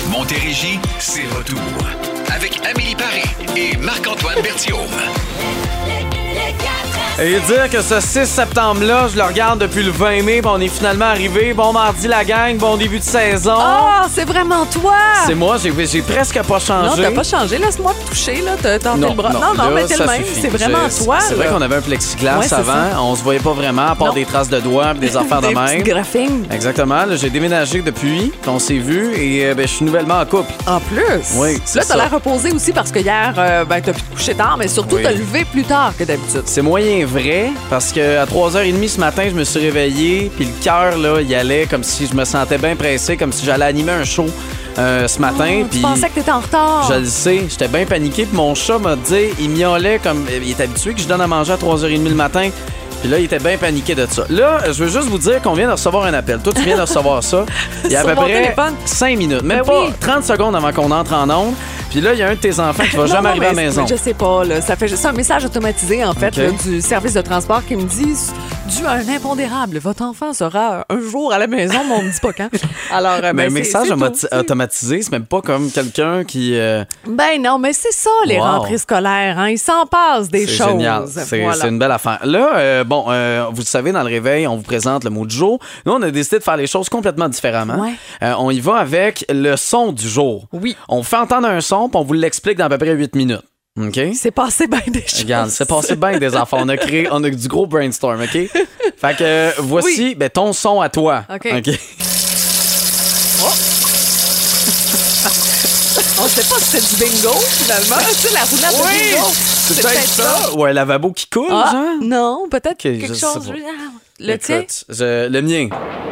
Montérégie, c'est retour. Avec Amélie Paris et Marc-Antoine Berthiaume. Et dire que ce 6 septembre-là, je le regarde depuis le 20 mai, puis on est finalement arrivé. Bon mardi la gang, bon début de saison. Oh, c'est vraiment toi! C'est moi, j'ai presque pas changé. Non, t'as pas changé. Laisse-moi te toucher, là. T'as tenté Non, le bras. non, Non, là, mais t'es ça le même. suffit. C'est vraiment toi. C'est vrai qu'on avait un plexiglas Ouais, c'est avant. ça. On se voyait pas vraiment, à part Non. des traces de doigts et des affaires de Des même. petits graphines. Exactement. Là, j'ai déménagé depuis qu'on s'est vu et je suis nouvellement en couple. En plus. Oui, c'est Là, t'as ça. l'air reposé aussi parce que hier, t'as pu te coucher tard, mais surtout, Oui. t'as levé plus tard que d'habitude. C'est moyen vrai parce que à 3h30 ce matin, je me suis réveillé puis le cœur là, il allait comme si je me sentais bien pressé, comme si j'allais animer un show ce matin. Tu Puis pensais que t'étais en retard. je le sais, j'étais bien paniqué. Puis mon chat m'a dit, il miaulait comme il est habitué que je donne à manger à 3h30 le matin. Puis là, il était bien paniqué de ça. Là, je veux juste vous dire qu'on vient de recevoir un appel. Toi, tu viens de recevoir ça. Il y a à Sur peu mon près téléphone. 5 minutes, même Ben pas oui. 30 secondes avant qu'on entre en onde. Puis là, il y a un de tes enfants qui va Non, jamais non, arriver à la mais maison. Je sais pas, là. Ça fait juste un message automatisé, en fait, OK. là, du service de transport qui me dit dû à un impondérable, votre enfant sera un jour à la maison, mais on me dit pas quand. Alors, Mais un c'est- message c'est tout, c'est- automatisé, c'est même pas comme quelqu'un qui... Ben non, mais c'est ça, les Wow. rentrées scolaires. Hein? Il s'en passe des C'est choses. génial. C'est Voilà. une belle affaire. Là, vous le savez, dans le réveil, on vous présente le mot du jour. Nous, on a décidé de faire les choses complètement différemment. Ouais. On y va avec le son du jour. Oui. On vous fait entendre un son, puis on vous l'explique dans à peu près 8 minutes. OK? C'est passé bien des choses. Regarde, c'est passé bien des affaires. On a du gros brainstorm, OK? Fait que voici ton son à toi. OK. On sait pas si c'est du bingo, finalement. Tu sais, la roulade de bingo. C'est peut-être ça. Ou un lavabo qui coule, Ah, genre? non, peut-être je quelque sais chose. pas. Le tien? Écoute, le mien.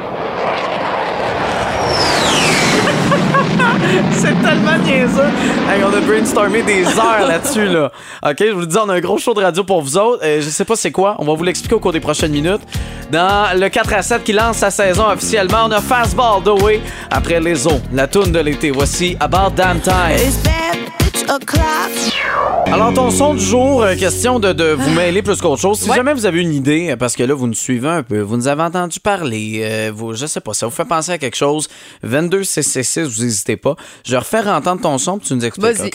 C'est tellement niaiseux. Hey, on a brainstormé des heures là-dessus, là. OK, je vous le dis, on a un gros show de radio pour vous autres. Je sais pas c'est quoi. On va vous l'expliquer au cours des prochaines minutes. Dans le 4 à 7 qui lance sa saison officiellement, on a Fastball Doé après les eaux. La toune de l'été. Voici About Damn Time. Alors, ton son du jour, question de vous mêler plus qu'autre chose. Si jamais vous avez une idée, parce que là, vous nous suivez un peu, vous nous avez entendu parler, je sais pas, ça vous fait penser à quelque chose, 22-666, vous n'hésitez pas. Je vais refaire entendre ton son, puis tu nous expliques, Vas-y. OK?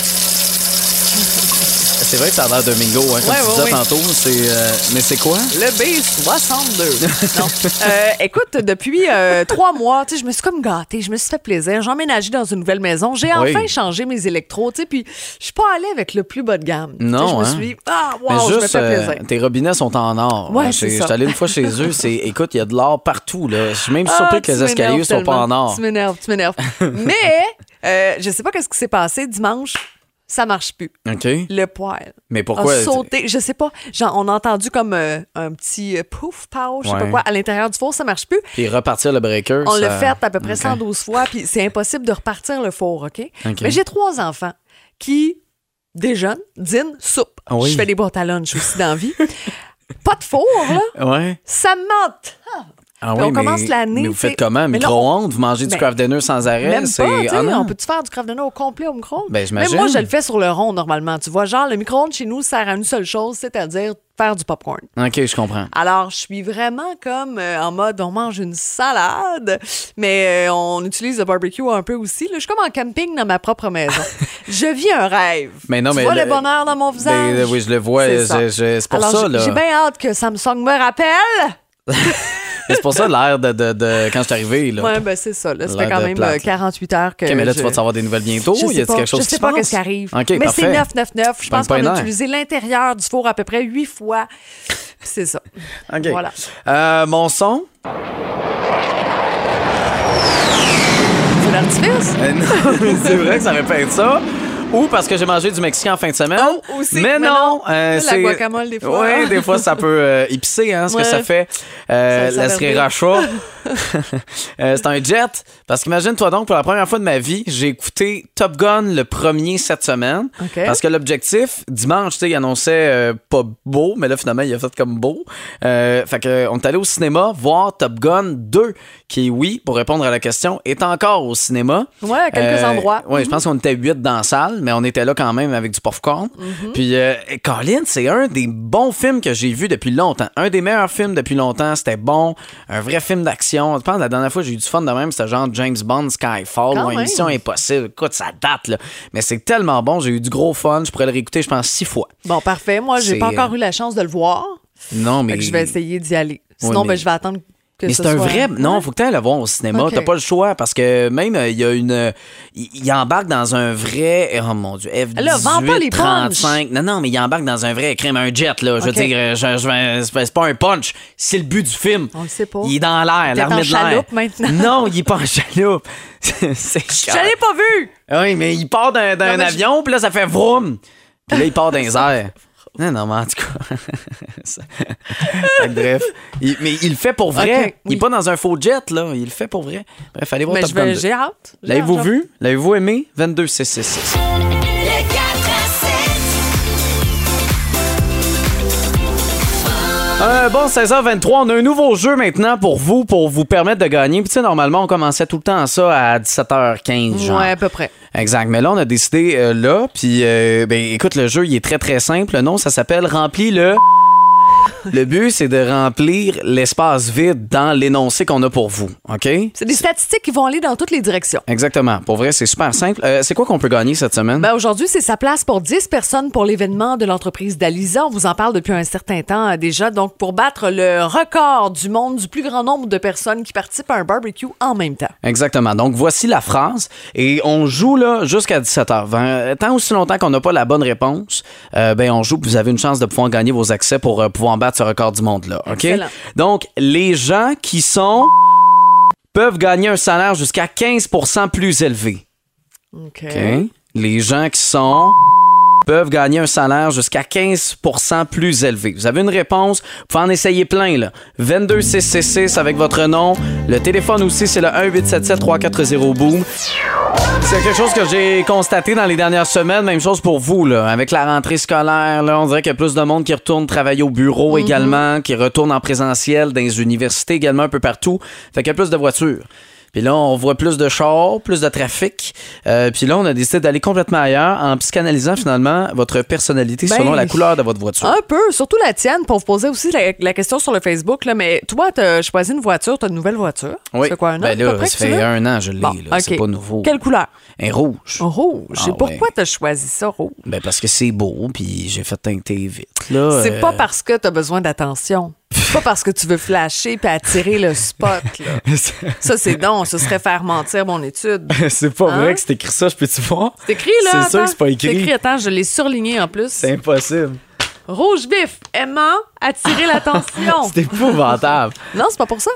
C'est vrai que ça a l'air de Mingo, hein, comme Ouais, tu ouais, disais ouais. tantôt. Mais c'est quoi? Le B62. Non. Écoute, depuis 3 mois, tu sais, je me suis comme gâtée, je me suis fait plaisir. J'ai emménagé dans une nouvelle maison. J'ai Oui. enfin changé mes électros, tu sais, puis je suis pas allée avec le plus bas de gamme. Tu sais, Non, je me hein? suis dit, ah, Mais wow, je me juste, fais plaisir. tes robinets sont en or. Ouais, Je c'est suis ça. allé une fois chez eux. Écoute, il y a de l'or partout. Là. Je suis même surpris que tu les escaliers m'énerves sont pas en tellement. or. Tu m'énerves. Mais, je sais pas qu'est-ce qui s'est passé dimanche. Ça marche plus. OK. Le poêle Mais pourquoi? a sauté. Je sais pas. Genre, on a entendu comme un petit pouf, pow, je sais pas Ouais. quoi, à l'intérieur du four. Ça marche plus. Puis repartir le breaker. On ça... l'a fait à peu près OK. 112 fois, puis c'est impossible de repartir le four, OK? OK. Mais j'ai 3 enfants qui déjeunent, dînent, soupent. Ah oui. Je fais des boîtes à lunch aussi dans la vie. Pas de four, là. Ouais. Ça me mente. Ah Puis oui, on commence l'année, Mais vous tu sais. faites comment? Mais là, Micro-ondes? Vous mangez du Ben, craft dinner sans arrêt? Même C'est... pas, tu sais, Ah non. on peut-tu faire du craft dinner au complet au micro-ondes? Ben, j'imagine. Même moi, je le fais sur le rond, normalement. Tu vois, genre, le micro-ondes chez nous sert à une seule chose, c'est-à-dire faire du popcorn. OK, je comprends. Alors, je suis vraiment comme en mode, on mange une salade, mais on utilise le barbecue un peu aussi. Là. Je suis comme en camping dans ma propre maison. Je vis un rêve. Mais non, tu mais vois le- le bonheur dans mon visage? Ben, oui, je le vois. C'est ça. C'est pour Alors, ça, là. j'ai bien hâte que Samsung me rappelle. C'est pour ça l'air de quand je suis arrivé, là. Ouais, ben c'est ça. Là. Ça L'air fait quand de même plate. 48 heures que OK, mais là, je- tu vas te savoir des nouvelles bientôt? Je Y sais a-t-il pas. quelque chose Je qui sais se pas passe? qu'est-ce qui arrive. OK, mais parfait. c'est 999. Je pense Pogne pas qu'on les a nerfs. utilisé l'intérieur du four à peu près 8 fois. Puis c'est ça. OK. Voilà. Mon son? C'est l'artifice? Non, c'est vrai que ça aurait pu être ça. Ou parce que j'ai mangé du Mexicain en fin de semaine. Oh, aussi. Mais non. La guacamole, des fois. Oui, des fois, ça peut épicer, hein, ce Ouais. que ça fait. Ça La sriracha. C'est un jet. Parce qu'imagine-toi donc, pour la première fois de ma vie, j'ai écouté Top Gun le premier cette semaine. OK. Parce que l'objectif, dimanche, tu sais, il annonçait pas beau, mais là, finalement, il a fait comme beau. Fait que, on est allé au cinéma voir Top Gun 2, qui, oui, pour répondre à la question, est encore au cinéma. Ouais, à quelques endroits. Oui, je pense qu'on était 8 dans la salle, mais on était là quand même avec du popcorn. Puis, Colin, c'est un des bons films que j'ai vu depuis longtemps. Un des meilleurs films depuis longtemps. C'était bon. Un vrai film d'action. Je pense que la dernière fois que j'ai eu du fun de même, c'était genre James Bond, Skyfall ou Mission Impossible. Écoute, ça date, là. Mais c'est tellement bon. J'ai eu du gros fun. Je pourrais le réécouter, je pense, 6 fois. Bon, parfait. Moi, j'ai pas encore eu la chance de le voir. Non, mais... Fait que je vais essayer d'y aller. Sinon, mais... je vais attendre que mais ce c'est un soit... vrai... Non, faut que tu ailles le voir au cinéma. Okay. T'as pas le choix parce que même, il y a une... Il embarque dans un vrai... Oh mon Dieu, F-18, là, vends pas les 35. Non, mais il embarque dans un vrai crime, un jet, là. Je veux dire, c'est pas un punch. C'est le but du film. On le sait pas. Il est dans l'air, l'armée de l'air. en chaloupe maintenant. Non, il est pas en chaloupe. Je l'ai pas vu! Oui, mais il part d'un avion, puis là, ça fait vroom. Puis là, il part dans les airs. Non, mais en tout cas. Bref. Mais il le fait pour vrai. Okay, Il est pas dans un faux jet, là. Il le fait pour vrai. Bref, allez voir Top Gun 2. J'ai hâte. L'avez-vous vu? L'avez-vous aimé? 22-6-6-6. Bon, 16h23, on a un nouveau jeu maintenant pour vous permettre de gagner. Puis tu sais, normalement, on commençait tout le temps ça à 17h15, genre. Ouais, à peu près. Exact. Mais là, on a décidé là. Puis, écoute, le jeu, il est très, très simple. Non, ça s'appelle Remplis le... Le but, c'est de remplir l'espace vide dans l'énoncé qu'on a pour vous, OK? C'est des statistiques qui vont aller dans toutes les directions. Exactement. Pour vrai, c'est super simple. C'est quoi qu'on peut gagner cette semaine? Ben aujourd'hui, c'est sa place pour 10 personnes pour l'événement de l'entreprise d'Alisa. On vous en parle depuis un certain temps déjà. Donc, pour battre le record du monde du plus grand nombre de personnes qui participent à un barbecue en même temps. Exactement. Donc, voici la phrase. Et on joue là jusqu'à 17h20. Tant aussi longtemps qu'on n'a pas la bonne réponse, on joue. Vous avez une chance de pouvoir gagner vos accès pour pouvoir battre ce record du monde-là. OK? Excellent. Donc, les gens qui peuvent gagner un salaire jusqu'à 15% plus élevé. OK. Les gens qui peuvent gagner un salaire jusqu'à 15% plus élevé. Vous avez une réponse, vous pouvez en essayer plein, là. 22666 avec votre nom. Le téléphone aussi, c'est le 1-877-340-BOOM. C'est quelque chose que j'ai constaté dans les dernières semaines. Même chose pour vous, là. Avec la rentrée scolaire, là, on dirait qu'il y a plus de monde qui retourne travailler au bureau également, qui retourne en présentiel, dans les universités également, un peu partout. Fait qu'il y a plus de voitures. Puis là, on voit plus de chars, plus de trafic. Puis là, on a décidé d'aller complètement ailleurs en psychanalysant finalement votre personnalité selon la couleur de votre voiture. Un peu, surtout la tienne, pour vous poser aussi la question sur le Facebook. Là, mais toi, tu as choisi une voiture, tu as une nouvelle voiture. Oui. C'est quoi, un an? Ben là, ça fait un an, je l'ai. Bon, là. C'est pas nouveau. Quelle couleur? Un rouge. Rouge. Et pourquoi tu as choisi ça, rouge? Ben parce que c'est beau, puis j'ai fait teinter vite. Là, c'est pas parce que tu as besoin d'attention. C'est pas parce que tu veux flasher puis attirer le spot. Là. Ça, c'est donc. Ce serait faire mentir mon étude. C'est pas vrai que c'est écrit ça, je peux-tu voir? C'est écrit, là. C'est sûr que c'est pas écrit. C'est écrit, attends, je l'ai surligné en plus. C'est impossible. Rouge vif, aimant, attirer l'attention. C'est épouvantable. Non, c'est pas pour ça.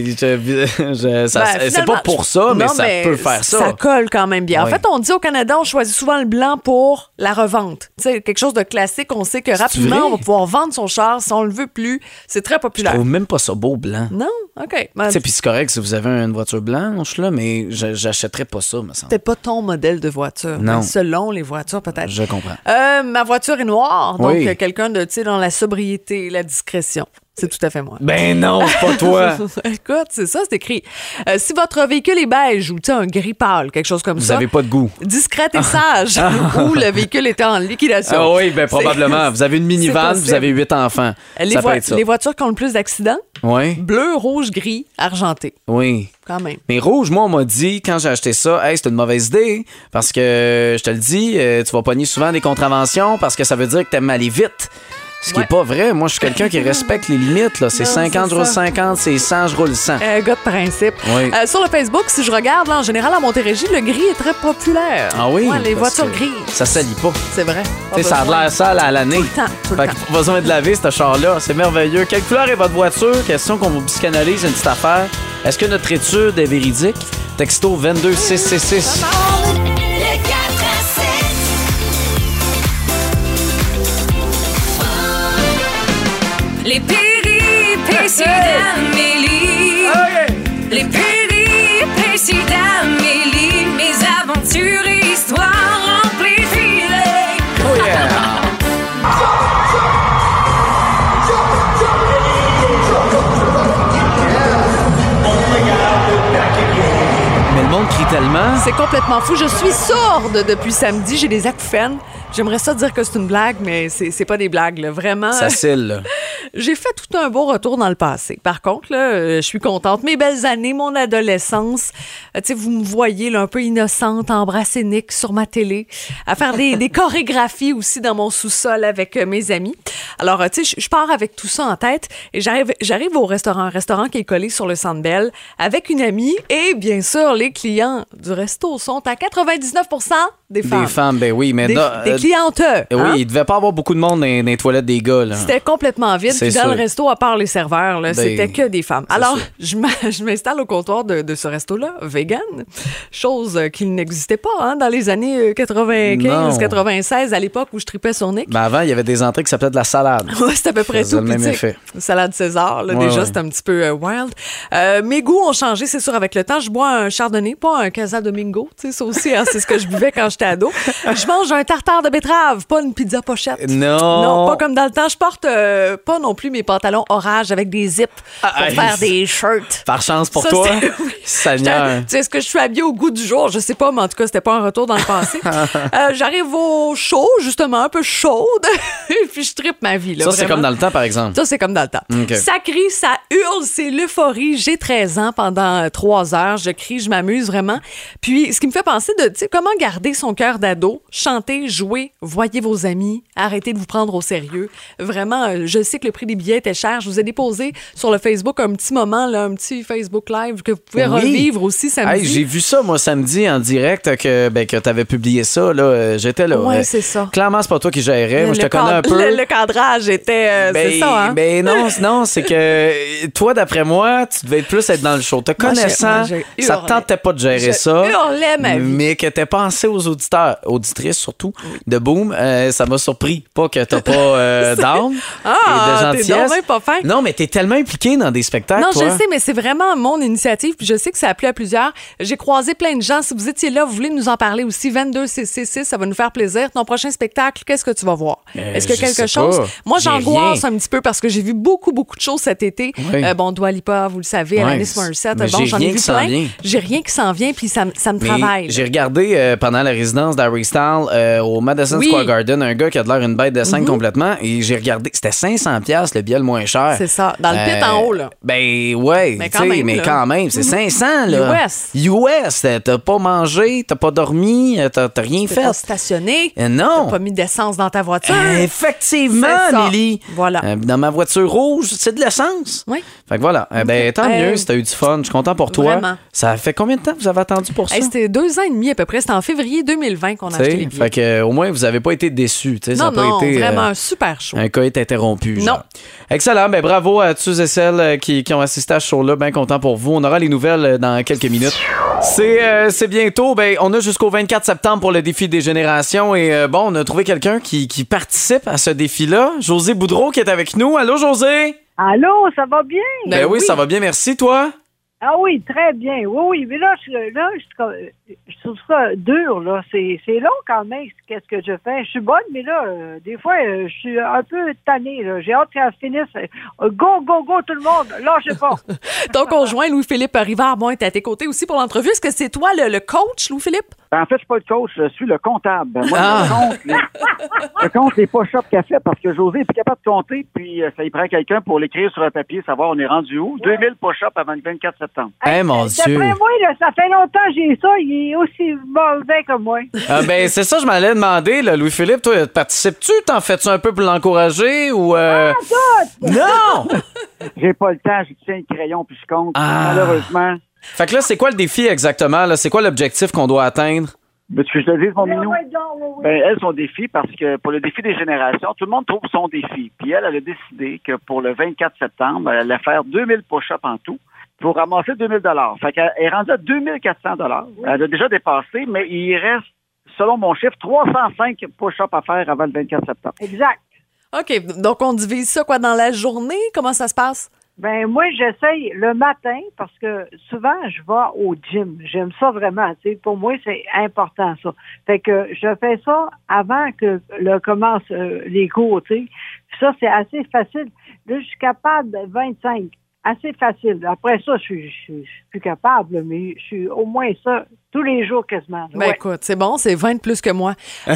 C'est pas pour ça, mais ça peut faire ça. Ça colle quand même bien. Oui. En fait, on dit au Canada, on choisit souvent le blanc pour la revente. Tu sais, quelque chose de classique. On sait que rapidement, vrai? on va pouvoir vendre son char si on le veut plus. C'est très Je populaire. trouve même pas ça beau, blanc. Non? OK. Tu sais, puis c'est correct si vous avez une voiture blanche, là, mais j'achèterais pas ça, me semble. C'était pas ton modèle de voiture. Non. Mais selon les voitures, peut-être. Je comprends. Ma voiture est noire, donc Oui. quelqu'un de, tu sais, dans la sobriété, la discrétion. C'est tout à fait moi. Ben non, c'est pas toi. Écoute, c'est ça, c'est écrit. Si votre véhicule est beige ou tu sais, un gris pâle, quelque chose comme Vous ça. avez pas de goût. Discrète et sage, ou le véhicule était en liquidation. Ah oui, ben probablement. Vous avez une minivan, c'est vous avez 8 enfants. Ça peut être ça. Les voitures qui ont le plus d'accidents, Oui. bleu, rouge, gris, argenté. Oui. Quand même. Mais rouge, moi, on m'a dit, quand j'ai acheté ça, hey, c'est une mauvaise idée, parce que, je te le dis, tu vas pogner souvent des contraventions, parce que ça veut dire que t'aimes aller vite. Ce qui est pas vrai. Moi, je suis quelqu'un qui respecte les limites. Là. C'est Non, 50, c'est je roule ça. 50, c'est 100, je roule 100. Gars de principe. Oui. Sur le Facebook, si je regarde, là, en général, à Montérégie, le gris est très populaire. Ah oui? Ouais, les Parce voitures que grises. Ça salit pas. C'est vrai. Tu sais, ça a de l'air sale à l'année. Tout le temps, tout le Fait temps. que pas besoin de laver ce char-là. C'est merveilleux. Quelle couleur est votre voiture? Question qu'on vous psychanalyse, une petite affaire. Est-ce que notre étude est véridique? Texto 22666. Les péripéties d'Amélie. Les péripéties d'Amélie. Mes aventures et histoires remplies de filets. Oh yeah! Mais le monde crie tellement. C'est complètement fou. Je suis sourde depuis samedi. J'ai des acouphènes. J'aimerais ça dire que c'est une blague, mais c'est pas des blagues, là. Vraiment. Ça cille, là. J'ai fait tout un beau retour dans le passé. Par contre, là, je suis contente. Mes belles années, mon adolescence. Tu sais, vous me voyez là, un peu innocente, embrasser Nick sur ma télé, à faire des chorégraphies aussi dans mon sous-sol avec mes amis. Alors, tu sais, je pars avec tout ça en tête et j'arrive au restaurant, un restaurant qui est collé sur le Centre Bell avec une amie et bien sûr, les clients du resto sont à 99% des femmes. Des femmes, ben oui, mais... Des clientes. Oui, il devait pas avoir beaucoup de monde dans les toilettes des gars, là. C'était complètement vide. Puis dans le resto, à part les serveurs, là, c'était que des femmes. Alors, je m'installe au comptoir de ce resto-là, vegan, chose qui n'existait pas dans les années 95-96, à l'époque où je tripais sur Nick. Ben avant, il y avait des entrées qui s'appelaient de la salade. Oui, c'est à peu près tout. Le même effet. Salade César, là, déjà, c'est un petit peu wild. Mes goûts ont changé, c'est sûr, avec le temps. Je bois un chardonnay, pas un Casa Domingo. Tu sais, ça aussi, c'est ce que je buvais quand j'étais ado. Je mange un tartare de betterave, pas une pizza pochette. Non, pas comme dans le temps. Je porte pas non plus mes pantalons orage avec des zips pour faire des shirts. Par chance pour toi. Oui. Seigneur. Tu sais, est-ce que je suis habillée au goût du jour? Je sais pas, mais en tout cas, c'était pas un retour dans le passé. J'arrive au show, justement, un peu chaude, et puis je trippe ma vie. Là, ça, c'est comme dans le temps, par exemple. Ça, c'est comme dans le temps. Okay. Ça crie, ça hurle, c'est l'euphorie. J'ai 13 ans pendant 3 heures. Je crie, je m'amuse vraiment. Puis, ce qui me fait penser de, tu sais, comment garder son cœur d'ado, chanter, jouer, voyez vos amis, arrêtez de vous prendre au sérieux. Vraiment, je sais que le prix des billets était cher. Je vous ai déposé sur le Facebook un petit moment, là, un petit Facebook Live que vous pouvez revivre aussi samedi. Hey, j'ai vu ça, moi, samedi, en direct, que tu avais publié ça. Là, j'étais là. Oui, c'est ça. Clairement, c'est pas toi qui gérais. Moi, je te connais un peu. Le cadrage était... c'est ça, hein? Ben non, c'est que toi, d'après moi, tu devais plus être dans le show. Te connaissant, ça te tentait pas de gérer ça. Je hurlais ma vie. Mais que t'aies pensé aux auditeurs, auditrices surtout, de Boom, ça m'a surpris. Pas que t'as pas d'âme et de gentillesse. T'es donc pas fin. Non, mais t'es tellement impliqué dans des spectacles, Non, toi. je sais, mais c'est vraiment mon initiative. Puis je sais que ça a plu à plusieurs. J'ai croisé plein de gens. Si vous étiez là, vous voulez nous en parler aussi. 22CC6, ça va nous faire plaisir. Ton prochain spectacle, qu'est-ce que tu vas voir? Est-ce que quelque chose? Pas. Moi, J'ai j'angoisse rien. un petit peu parce que j'ai vu beaucoup de choses cet été. Oui. Dua Lipa, vous le savez, Alanis Morissette. Mais Bon, j'ai j'en ai rien vu qui s'en plein. vient. J'ai rien qui s'en vient, puis ça me travaille. J'ai regardé pendant la résidence d'Harry Styles au Madison Square Garden, un gars qui a de l'air une bête de scène complètement, et j'ai regardé, c'était 500$ le billet le moins cher. C'est ça, dans le pit en haut, là. Ben ouais, Mais quand même, c'est 500 là. US, t'as pas mangé, t'as pas dormi, t'as rien T'es fait. pas stationné. Non. T'as pas mis d'essence dans ta voiture. Effectivement, C'est ça. Amélie. Voilà. Dans ma voiture rouge, c'est de l'essence. Oui. Fait que voilà. Tant mieux si t'as eu du fun. Je suis content pour toi. Vraiment. Ça fait combien de temps que vous avez attendu pour ça? C'était 2 ans et demi à peu près. C'était en février 2020 qu'on a acheté les billets. Fait que, au moins, vous avez pas été déçus. Ça Non, a pas été vraiment un super show. un coït interrompu. Non. Genre. Excellent. Ben, bravo à tous et celles qui ont assisté à ce show-là. Bien content pour vous. On aura les nouvelles dans quelques minutes. C'est bientôt. Ben, on a jusqu'au 24 septembre pour le défi des générations. Et on a trouvé quelqu'un qui participe à ce défi-là. José Boudreau qui est avec nous. Allô, José? Allô, ça va bien? Ben oui, ça va bien. Merci, toi. Ah oui, très bien. Oui, mais là, je trouve ça dur, là. C'est long quand même, qu'est-ce que je fais. Je suis bonne, mais là, des fois, je suis un peu tannée, là. J'ai hâte qu'elle finisse. Go, tout le monde. Lâchez pas. Ton conjoint, Louis-Philippe Rivard, bon, est à tes côtés aussi pour l'entrevue. Est-ce que c'est toi le coach, Louis-Philippe? En fait, je suis pas le coach, je suis le comptable. Moi, je compte les push-ups qu'elle fait parce que José est plus capable de compter, puis ça y prend quelqu'un pour l'écrire sur un papier, savoir on est rendu où. 2000 push-ups avant le 24 septembre. Mon Dieu. D'après moi, là, ça fait longtemps que j'ai ça. Il est aussi mauvais que moi. Ben, c'est ça, je m'allais demander, là, Louis-Philippe, toi, participes-tu? T'en fais-tu un peu pour l'encourager ou. Non! J'ai pas le temps, j'ai tiens le crayon puis je compte. Malheureusement. Fait que là, c'est quoi le défi exactement? Là? C'est quoi l'objectif qu'on doit atteindre? Veux-tu que je te dise, mon minou? Ben, elle, son défi, parce que pour le défi des générations, tout le monde trouve son défi. Puis elle a décidé que pour le 24 septembre, elle allait faire 2000 push-ups en tout pour ramasser 2000 $. Fait qu'elle est rendue à 2400 $. Elle a déjà dépassé, mais il reste, selon mon chiffre, 305 push-ups à faire avant le 24 septembre. Exact. OK, donc on divise ça quoi dans la journée? Comment ça se passe? Ben moi, j'essaye le matin parce que souvent, je vais au gym. J'aime ça vraiment. Tu sais, pour moi, c'est important, ça. Fait que je fais ça avant que commence les cours, tu sais. Ça, c'est assez facile. Là, je suis capable de 25. Assez facile. Après ça, je suis plus capable, mais je suis au moins ça tous les jours quasiment. Ben écoute, c'est bon, c'est 20 de plus que moi.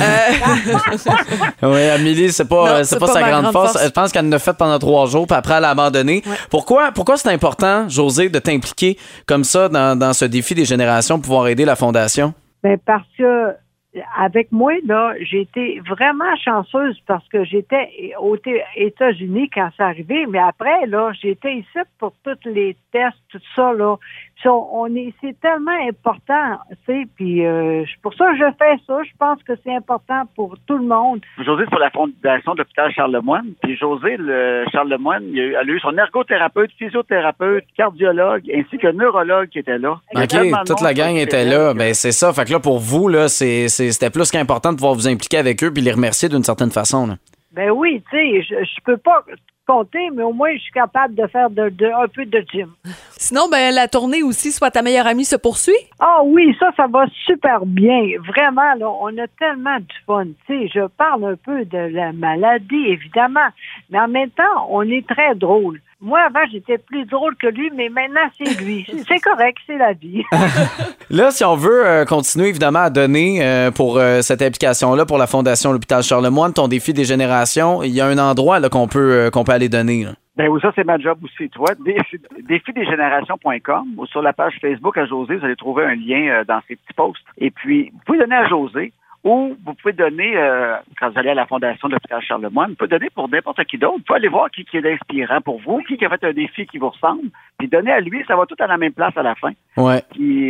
Oui, Amélie, c'est pas sa grande force. Je pense qu'elle en a fait pendant 3 jours, puis après, elle a abandonné. Ouais. Pourquoi c'est important, Josée, de t'impliquer comme ça dans ce défi des générations, pouvoir aider la Fondation? Ben parce que avec moi, là, j'ai été vraiment chanceuse parce que j'étais aux États-Unis quand c'est arrivé, mais après, là, j'étais ici pour tous les tests, tout ça, là. C'est tellement important, tu sais, puis pour ça que je fais ça. Je pense que c'est important pour tout le monde. Josée, c'est pour la Fondation de l'hôpital Charles-Lemoine. Puis Josée, le Charles-Lemoine, elle a eu son ergothérapeute, physiothérapeute, cardiologue, ainsi que neurologue qui était là. OK, toute la gang était là. Ben c'est ça. Fait que là, pour vous, là, c'était plus qu'important de pouvoir vous impliquer avec eux puis les remercier d'une certaine façon, là. Ben oui, tu sais, je peux pas compter, mais au moins, je suis capable de faire un peu de gym. Sinon, ben la tournée aussi, Sois ta meilleure amie, se poursuit? Ah oui, ça va super bien. Vraiment, là, on a tellement du fun. Tu sais, je parle un peu de la maladie, évidemment, mais en même temps, on est très drôle. Moi, avant, j'étais plus drôle que lui, mais maintenant, c'est lui. C'est correct, c'est la vie. Là, si on veut continuer, évidemment, à donner pour cette application-là, pour la Fondation L'Hôpital Charles-Lemoine, ton défi des générations, il y a un endroit là, qu'on peut aller donner, là. Ben oui, ça, c'est ma job aussi. Tu vois, défidesgénérations.com ou sur la page Facebook à Josée, vous allez trouver un lien dans ces petits posts. Et puis, vous pouvez donner à Josée. Ou vous pouvez donner, quand vous allez à la Fondation de l'hôpital Charles-Lemoine, vous pouvez donner pour n'importe qui d'autre. Vous pouvez aller voir qui est inspirant pour vous, qui a fait un défi qui vous ressemble, puis donner à lui, ça va tout à la même place à la fin. Ouais. Puis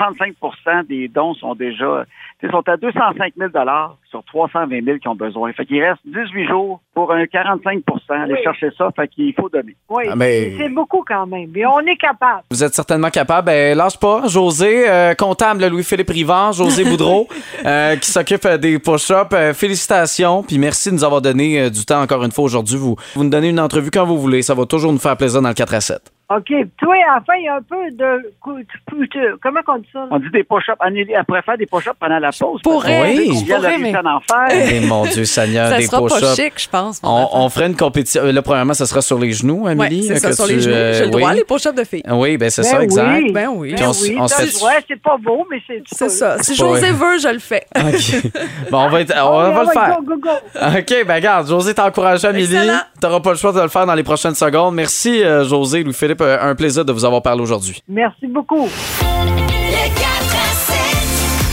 65% des dons sont déjà, sont à 205 000 sur 320 000 qui ont besoin. Fait qu'il reste 18 jours pour un 45 aller chercher ça, fait qu'il faut donner. Oui, c'est beaucoup quand même, mais on est capable. Vous êtes certainement capable. Ben, lâche pas. Josée, comptable Louis-Philippe Rivard, Josée Boudreau, qui s'occupe des push-ups. Félicitations, puis merci de nous avoir donné du temps encore une fois aujourd'hui. Vous nous donnez une entrevue quand vous voulez. Ça va toujours nous faire plaisir dans le 4-7. OK. Toi, à la fin, il y a un peu de... Comment on dit ça? On dit des push-ups. Anneli, elle pourrait faire des push-ups pendant la pause. Oui. Mon Dieu Seigneur, ça des sera push-ups. pas chic, je pense. On ferait une compétition. Là, premièrement, ça sera sur les genoux, Amélie. Oui, c'est ça, sur les genoux. J'ai le droit, les push-ups de filles. Oui, ben c'est ça, exact. Ben oui. C'est pas beau, mais c'est ça. Si Josée veut, je le fais. OK. Bon, on va le faire. Go. OK, ben regarde, Josée t'a encouragé, Amélie. T'auras pas le choix de le faire dans les prochaines secondes. Merci, Josée, Louis-Philippe. Un plaisir de vous avoir parlé aujourd'hui. Merci beaucoup. Le 4-7.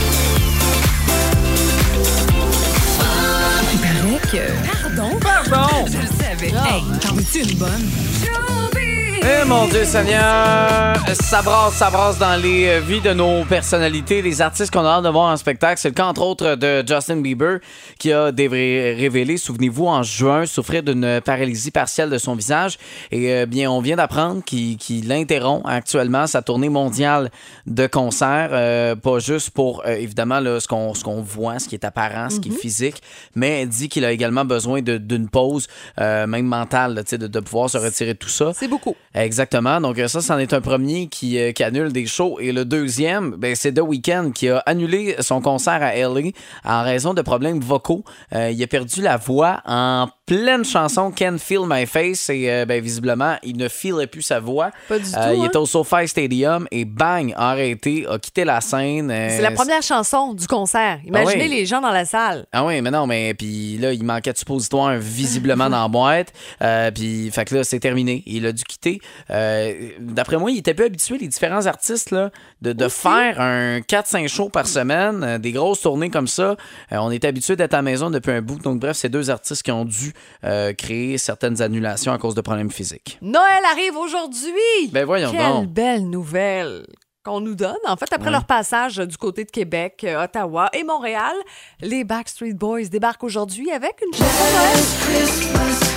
Il paraît que... Pardon? Je le savais. Hey, t'en veux-tu une bonne? Eh mon Dieu Seigneur, ça brasse dans les vies de nos personnalités, les artistes qu'on a hâte de voir en spectacle. C'est le cas entre autres de Justin Bieber qui a révélé, souvenez-vous, en juin, souffrir d'une paralysie partielle de son visage. Et bien, on vient d'apprendre qu'il interrompt actuellement sa tournée mondiale de concerts, pas juste pour évidemment là, ce qu'on voit, ce qui est apparent, ce qui est physique, mais dit qu'il a également besoin d'une pause, même mentale, là, de pouvoir se retirer de tout ça. C'est beaucoup. Exactement. Donc ça, c'en est un premier qui annule des shows. Et le deuxième, ben, c'est The Weeknd qui a annulé son concert à LA en raison de problèmes vocaux. Il a perdu la voix en pleine chanson Can't Feel My Face et ben, visiblement, il ne feelait plus sa voix. Pas du tout. Il était au SoFi Stadium et bang, a arrêté, a quitté la scène. C'est la première chanson du concert. Imaginez les gens dans la salle. Ah oui, mais non, mais puis là, il manquait de suppositoire visiblement dans la boîte. Puis, fait que là, c'est terminé. Il a dû quitter. D'après moi, il était peu habitué, les différents artistes, là, de faire un 4-5 shows par semaine, des grosses tournées comme ça. On est habitué d'être à la maison depuis un bout. Donc, bref, c'est deux artistes qui ont dû créer certaines annulations à cause de problèmes physiques. Noël arrive aujourd'hui! Ben voyons donc. Quelle belle nouvelle qu'on nous donne. En fait, après leur passage du côté de Québec, Ottawa et Montréal, les Backstreet Boys débarquent aujourd'hui avec une chanson de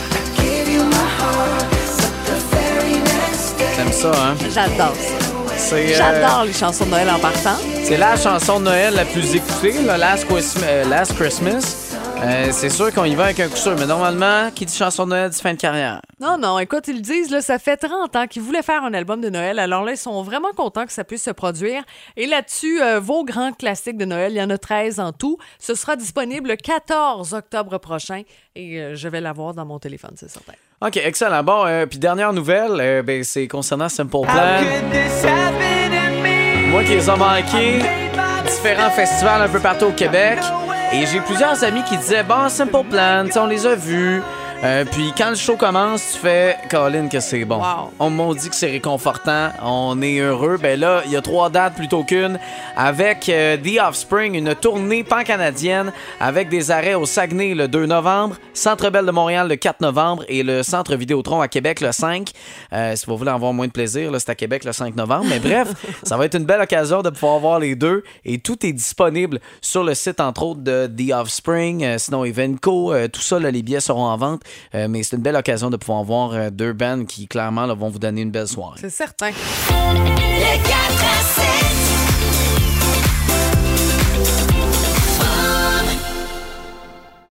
Noël. T'aimes ça, hein? J'adore ça. J'adore les chansons de Noël en partant. C'est la chanson de Noël la plus écoutée, là, Last Christmas. C'est sûr qu'on y va avec un coup sûr, mais normalement, qui dit chanson de Noël dit fin de carrière. Non, écoute, ils le disent, là, ça fait 30 ans qu'ils voulaient faire un album de Noël, alors là, ils sont vraiment contents que ça puisse se produire. Et là-dessus, vos grands classiques de Noël, il y en a 13 en tout. Ce sera disponible le 14 octobre prochain et je vais l'avoir dans mon téléphone, c'est certain. OK, excellent. Bon, puis dernière nouvelle, ben, c'est concernant Simple Plan. Moi qui les ai manqués, différents festivals un peu partout au Québec. Et j'ai plusieurs amis qui disaient, bon, Simple Plan, on les a vus. Puis quand le show commence, tu fais Colin que c'est bon. Wow. On m'a dit que c'est réconfortant, on est heureux. Ben là, il y a 3 dates plutôt qu'une avec The Offspring, une tournée pan-canadienne avec des arrêts au Saguenay le 2 novembre, Centre Bell de Montréal le 4 novembre et le Centre Vidéotron à Québec le 5. Si vous voulez avoir moins de plaisir, là, c'est à Québec le 5 novembre. Mais bref, ça va être une belle occasion de pouvoir voir les deux et tout est disponible sur le site, entre autres, de The Offspring. Sinon, Evenco, tout ça, là, les billets seront en vente. Mais c'est une belle occasion de pouvoir voir 2 bands qui, clairement, là, vont vous donner une belle soirée. C'est certain. Le 4 à 7.